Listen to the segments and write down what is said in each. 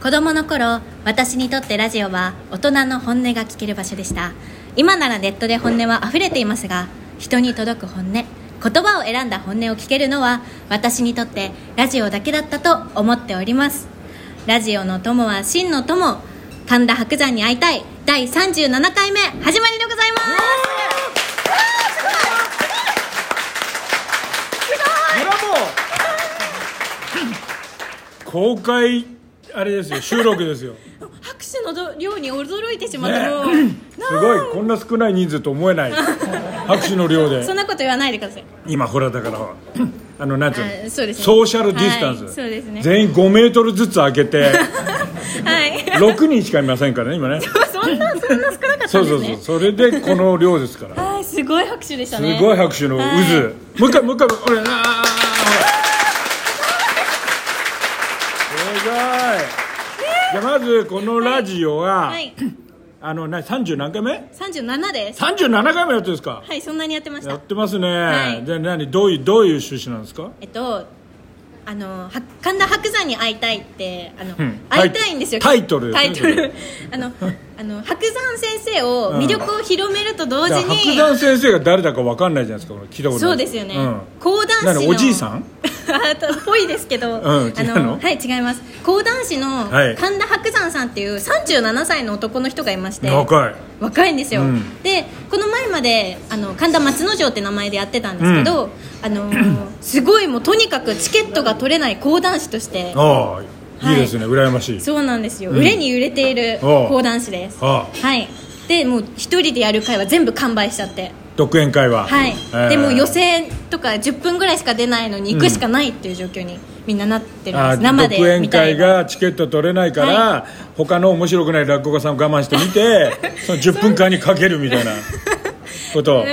子供の頃、私にとってラジオは大人の本音が聞ける場所でした。今ならネットで本音は溢れていますが、人に届く本音、言葉を選んだ本音を聞けるのは私にとってラジオだけだったと思っております。ラジオの友は真の友、神田伯山に会いたい第37回目始まりでございます。 公開あれですよ、収録ですよ。 拍手の量に驚いてしまって、もうすごい、こんな少ない人数と思えない拍手の量で。 そんなこと言わないでください。 今ほらだからなんていうの、 そうですね、 ソーシャルディスタンス、 はい、そうですね、 全員5メートルずつ開けて、 はい、6 人しかいませんからね今ね。 そんな少なかったんですね。 それでこの量ですから。 はい、すごい拍手でしたね。 すごい拍手の渦、はい、もう一回俺じゃあまずこのラジオは、はい、30何回目 ?37 です。 37回目やってるんですか。 はい、そんなにやってました。 やってますね、 はい、 じゃあどういう趣旨なんですか。 神田伯山に会いたいって会いたいんですよ。 タイトルですね。 伯山先生を魅力を広めると同時に、 伯山先生が誰だか分かんないじゃないですか。聞いたことない。 そうですよね、講談師のおじいさんっぽいですけど、はい、違います。講談師の神田伯山さんっていう37歳の男の人がいまして、若いんですよ、でこの前まで神田松之丞って名前でやってたんですけど、すごいもうとにかくチケットが取れない講談師として、 いいですね、羨ましい。 そうなんですよ、売れに売れている講談師です。はい、でもう一人でやる会は全部完売しちゃって、 独演会は、 はい、でも予選とか10分ぐらいしか出ないのに行くしかないっていう状況にみんななってるんです。生で独演会がチケット取れないから、はい、他の面白くない落語家さんを我慢して見てその10分間にかけるみたいなこと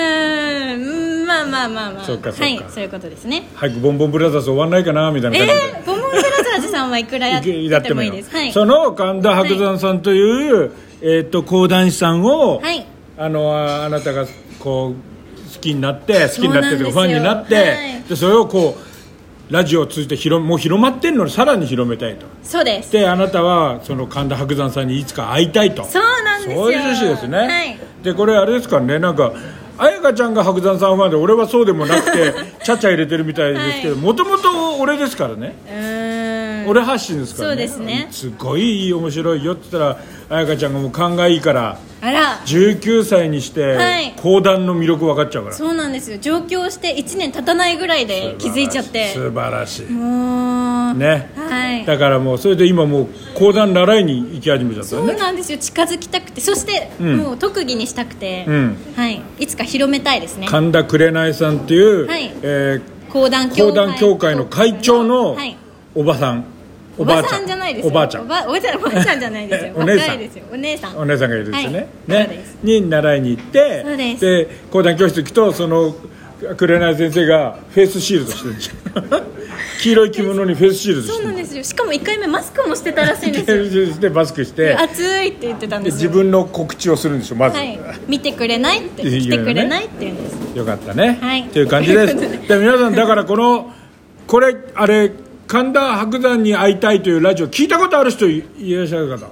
まあそうか、はい、そういうことですね。 早くボンボンブラザーズ終わんないかなみたいな感じで、 ボンボンブラザーズさんはいくらやってもいいです。はい、 その神田伯山さんという、講談師さんを、はい、あなたがこう好きになってというかファンになって、はい、でそれをこうラジオを通じてもう広まってんのにさらに広めたいと。 そうです。 であなたはその神田伯山さんにいつか会いたいと。 そうなんですよ。 そういう趣旨ですね、 はい、 でこれあれですからね、なんか彩香ちゃんが伯山さんファンで俺はそうでもなくてちゃちゃ入れてるみたいですけど、もともと俺ですからね。俺発信ですからね。 そうですね。 すごいいい面白いよって言ったら彩香ちゃんがもう勘がいいから、 あら 19歳にして講談の魅力分かっちゃうから、 そうなんですよ。上京して1年経たないぐらいで気づいちゃって、 素晴らしいもうね、 はい、 だからもうそれで今もう講談習いに行き始めちゃったね。 そうなんですよ。近づきたくて、そして、もう特技にしたくて、はい、いつか広めたいですね。 神田紅さんっていう、はい、 講談協会の会長のおばさん、 おばさんじゃないですよ。 おばあちゃん、 おばあちゃんじゃないですよ。 お姉さんですよ。お姉さんがいるんですよね、 はい、 ねに習いに行って、で講談教室行くとその紅先生がフェイスシールドしてるんですよ黄色い着物にフェイスシールドしてる。 そうなんですよ。しかも1回目マスクもしてたらしいんですよでマスクして暑いって言ってたんですよ。 自分の告知をするんでしょまず、はい、 見てくれないって来てくれないって言うんです。 よかったね、 はい、 という感じですで皆さんだからこれあれ神田伯山に会いたいというラジオ聞いたことある人いらっしゃる方、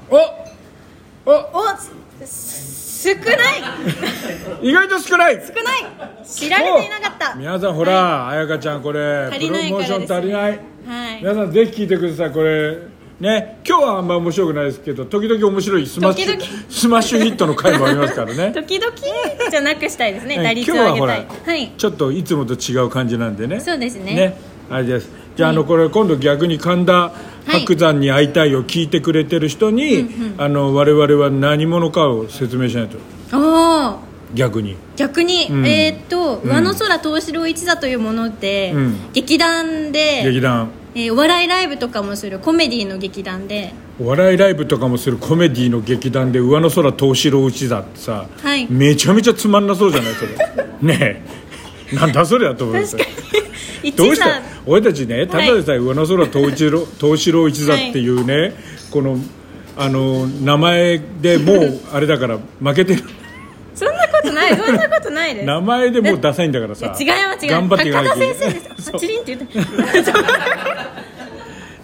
少ない意外と少ない知られていなかった。 皆さんほら、彩香ちゃんこれプロモーション足りない、はい、皆さんぜひ聞いてください。これね、今日はあんま面白くないですけど時々面白いスマッシュヒットの回もありますからね時々じゃなくしたいですね打率を上げたい。今日はほら、はい、 ちょっといつもと違う感じなんでね。 そうですね、 あれです。じゃあ、これ今度逆に神田伯山に会いたいを聞いてくれてる人に、我々は何者かを説明しないと。逆に、上野空東四郎一座というもので、劇団でお笑いライブとかもするコメディの劇団で、お笑いライブとかもするコメディの劇団で上野空東四郎一座ってさ、はい、めちゃめちゃつまんなそうじゃないそれねえなんだそれだと思うんですよ。どうした俺たちね、ただでさえ上野空東四郎一座っていうね、この名前でもうあれだから負けてるそんなことないです名前でもうダサいんだからさ。 違います頑張っていかないと。 高田先生です。チリンって言って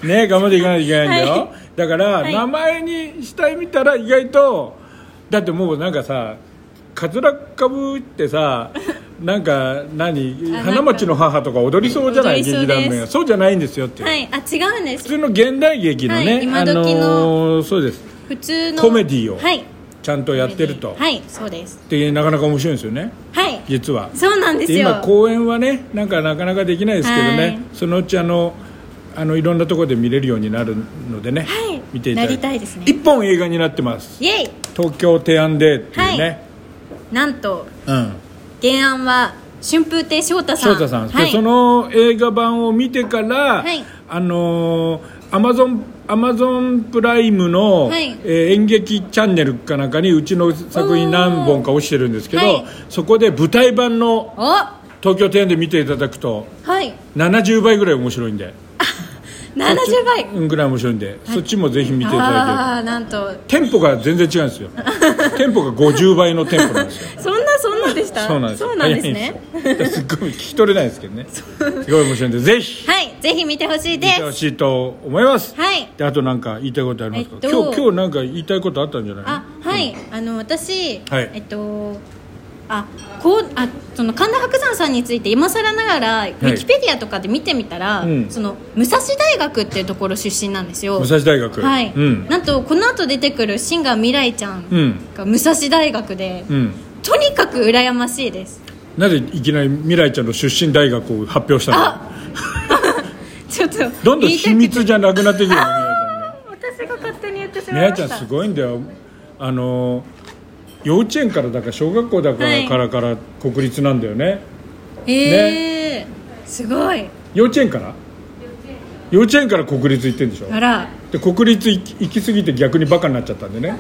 ね、頑張っていかないといけないんだよ、はい、だから、 はい、 名前にしたい見たら意外とだってもうなんかさカツラかぶってさなんか花町の母とか踊りそうじゃない、劇団名がそうじゃないんですよっていう、 はい、あ、違うんです。 普通の現代劇のね、はい、 今時の、 そうです、 普通のコメディを、 はい、 ちゃんとやってると、 はい、そうです。 でなかなか面白いんですよね、 はい、 実は。 そうなんですよ。 今公演はねなかなかできないですけどね、はい、そのうちいろんなところで見れるようになるのでね、はい、見ていただいて、 なりたいですね。 一本映画になってます。 イエイ。 東京テアンデーっていうね、はい、 なんと、原案は春風亭昇太さん、 はい、でその映画版を見てから、はい、アマゾンプライムの、はい、演劇チャンネルかなんかにうちの作品何本か落ちてるんですけど、はい、そこで舞台版の東京テアンデー見ていただくと、はい、70倍ぐらい面白いんで 70倍ぐらい面白いんで、そっちもぜひ見ていただければ。 なんとテンポが全然違うんですよテンポが50倍のテンポなんですよそんなでした。そうなんですねすっごい聞き取れないですけどねすごい面白いんでぜひ、 はい、ぜひ見てほしいです。 見てほしいと思います、 はい、 であと何か言いたいことありますか、今日なんか言いたいことあったんじゃないの。 はい、私、 はい、 その神田伯山さんについて今更ながら、はい、ウィキペディアとかで見てみたら、その武蔵大学っていうところ出身なんですよ。 武蔵大学、 はい、なんとこの後出てくるシンガー未来ちゃんが武蔵大学で、とにかく羨ましいです。 なぜいきなり未来ちゃんの出身大学を発表したのちょっとどんどん秘密じゃなくなってきてるね私が勝手に言ってしまいました。 未来ちゃんすごいんだよ。幼稚園からだか小学校だかから国立なんだよね。 ね、すごい。 幼稚園から国立行ってんでしょ。 あら。 で国立行き過ぎて逆にバカになっちゃったんでね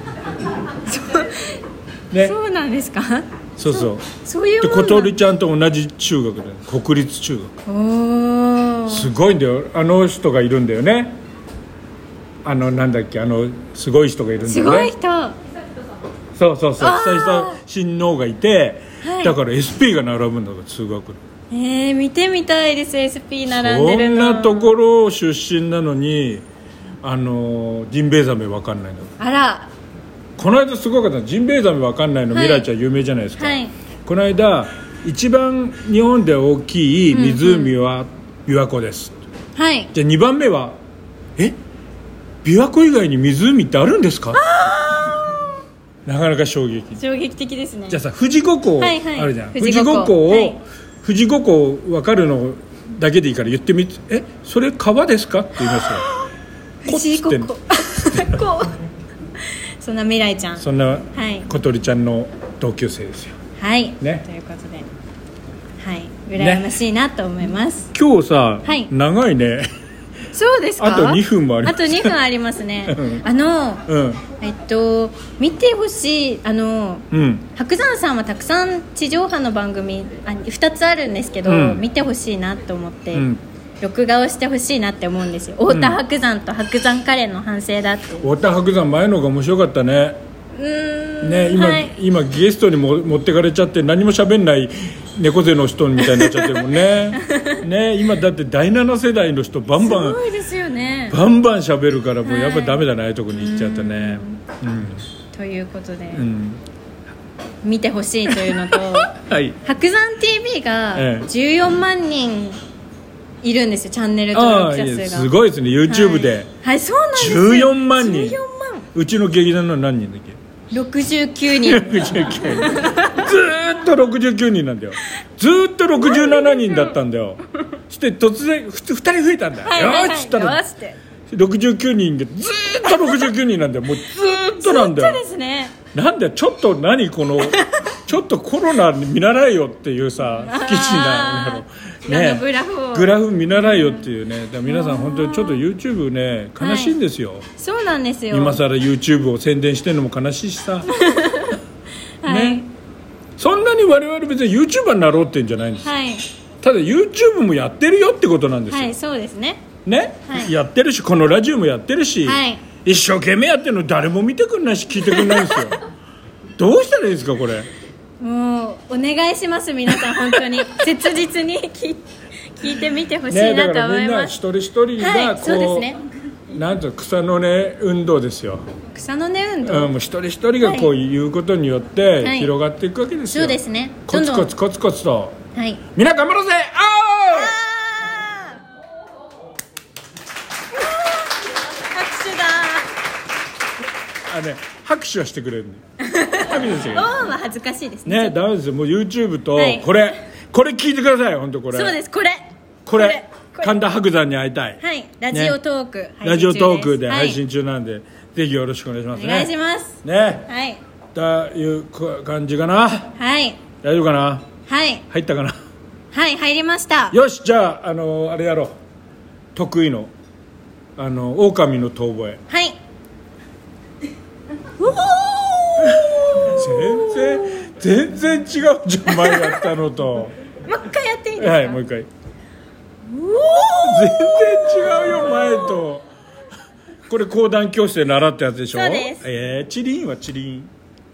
そうなんですか。 そういうもんで小鳥ちゃんと同じ中学で国立中学。すごいんだよ。あの人がいるんだよね。なんだっけ、すごい人がいるんだよね。 すごい人。 そう久々親王がいて、はい、だから SP が並ぶんだから通学に。 見てみたいです。 SP 並んでるの。 そんなところ出身なのにジンベエザメ分かんないの。 あら、 この間すごかった。ジンベエザメ分かんないの、はい、未来ちゃん有名じゃないですか、はい、この間一番日本で大きい湖は琵琶湖です、 はい、 じゃあ2番目は琵琶湖以外に湖ってあるんですか。なかなか衝撃的ですね。 じゃあさ、富士五湖あるじゃん、富士五湖分かるのだけでいいから言ってみて。それ川ですかって言いますよ。 富士五湖そんな未来ちゃん、 そんな小鳥ちゃんの同級生ですよ。 はい、ね、ということで、はい、羨ましいなと思います、 ね、今日さ、はい、長いね。 そうですか。 あと2分もあります。 あと2分ありますね見てほしい白山さんはたくさん地上波の番組2つあるんですけど、見てほしいなと思って、録画をしてほしいなって思うんですよ。太田白山と白山カレンの反省だって。 太田白山前の方が面白かったね。今ゲストにも持ってかれちゃって何も喋んない猫背の人みたいになっちゃってるもんね今だって第7世代の人バンバンすごいですよね。 バンバン喋るからもうやっぱりダメだな、ああいうとこに行っちゃったね。 ということで、見てほしいというのと、 はい、 白山 TV が14万人いるんですよ、チャンネル登録者数が。 すごいですね、 YouTube で、 はい、そうなんですよ。 14万人。うちの劇団の何人だっけ。 69人ずーっと69人なんだよ。ずーっと67人だったんだよ。して突然2人増えたんだよ、よっつったら69人がずーっと69人なんだよ。もうずーっとなんだよ。 ずっとですね。 なんだよ、ちょっと何このちょっとコロナ見習えよっていうさ、不吉なね、グラフ見習えよっていうね。だから皆さん本当にちょっと YouTube ね、悲しいんですよ、 そうなんですよ。 今更 YouTube を宣伝してるのも悲しいしさね、そんなに我々別に YouTuber になろうってんじゃないんですよ、ただ YouTube もやってるよってことなんですよ。 そうですね、 やってるし、このラジオもやってるし、一生懸命やってるの誰も見てくんないし聞いてくんないんですよどうしたらいいですかこれ。 もうお願いします皆さん、本当に切実に聞いてみてほしいなと思います、 だからみんな一人一人がこう、 そうですね、 なんと草の根運動ですよ。 草の根運動、 もう一人一人がこう言うことによって広がっていくわけですよ、 そうですね、 コツコツコツコツと、みんな頑張ろうぜ。 拍手だ拍手はしてくれるは恥ずかしいですね。 ダメですよ。もう YouTube とこれ聞いてください。本当これ。 そうです。これ神田伯山に会いたい。 ラジオトーク、 ラジオトークで配信中なんで、ぜひよろしくお願いしますね。 お願いしますね。という感じかな。大丈夫かな。入ったかな。 入りました。 よし、じゃああれやろう。得意の狼の遠吠え。全然違うじゃん、前やったのと。 もう一回やっていいですか。 はい、もう一回。全然違うよ、前と。これ講談教室で習ったやつでしょ。 そうです。 チリンはチリン。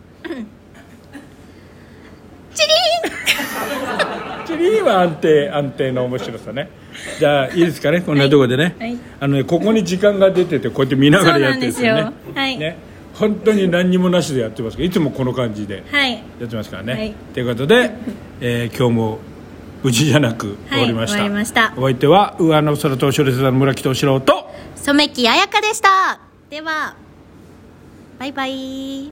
チリンは安定の面白さね。じゃあいいですかね、こんなところでね。ここに時間が出てて、こうやって見ながらやってるんですよね。本当に何にもなしでやってますけど、いつもこの感じでやってますからね。ということで、今日も無事じゃなく終わりました。お相手は上野空と処理の村木敏郎と染木彩香でした。ではバイバイ。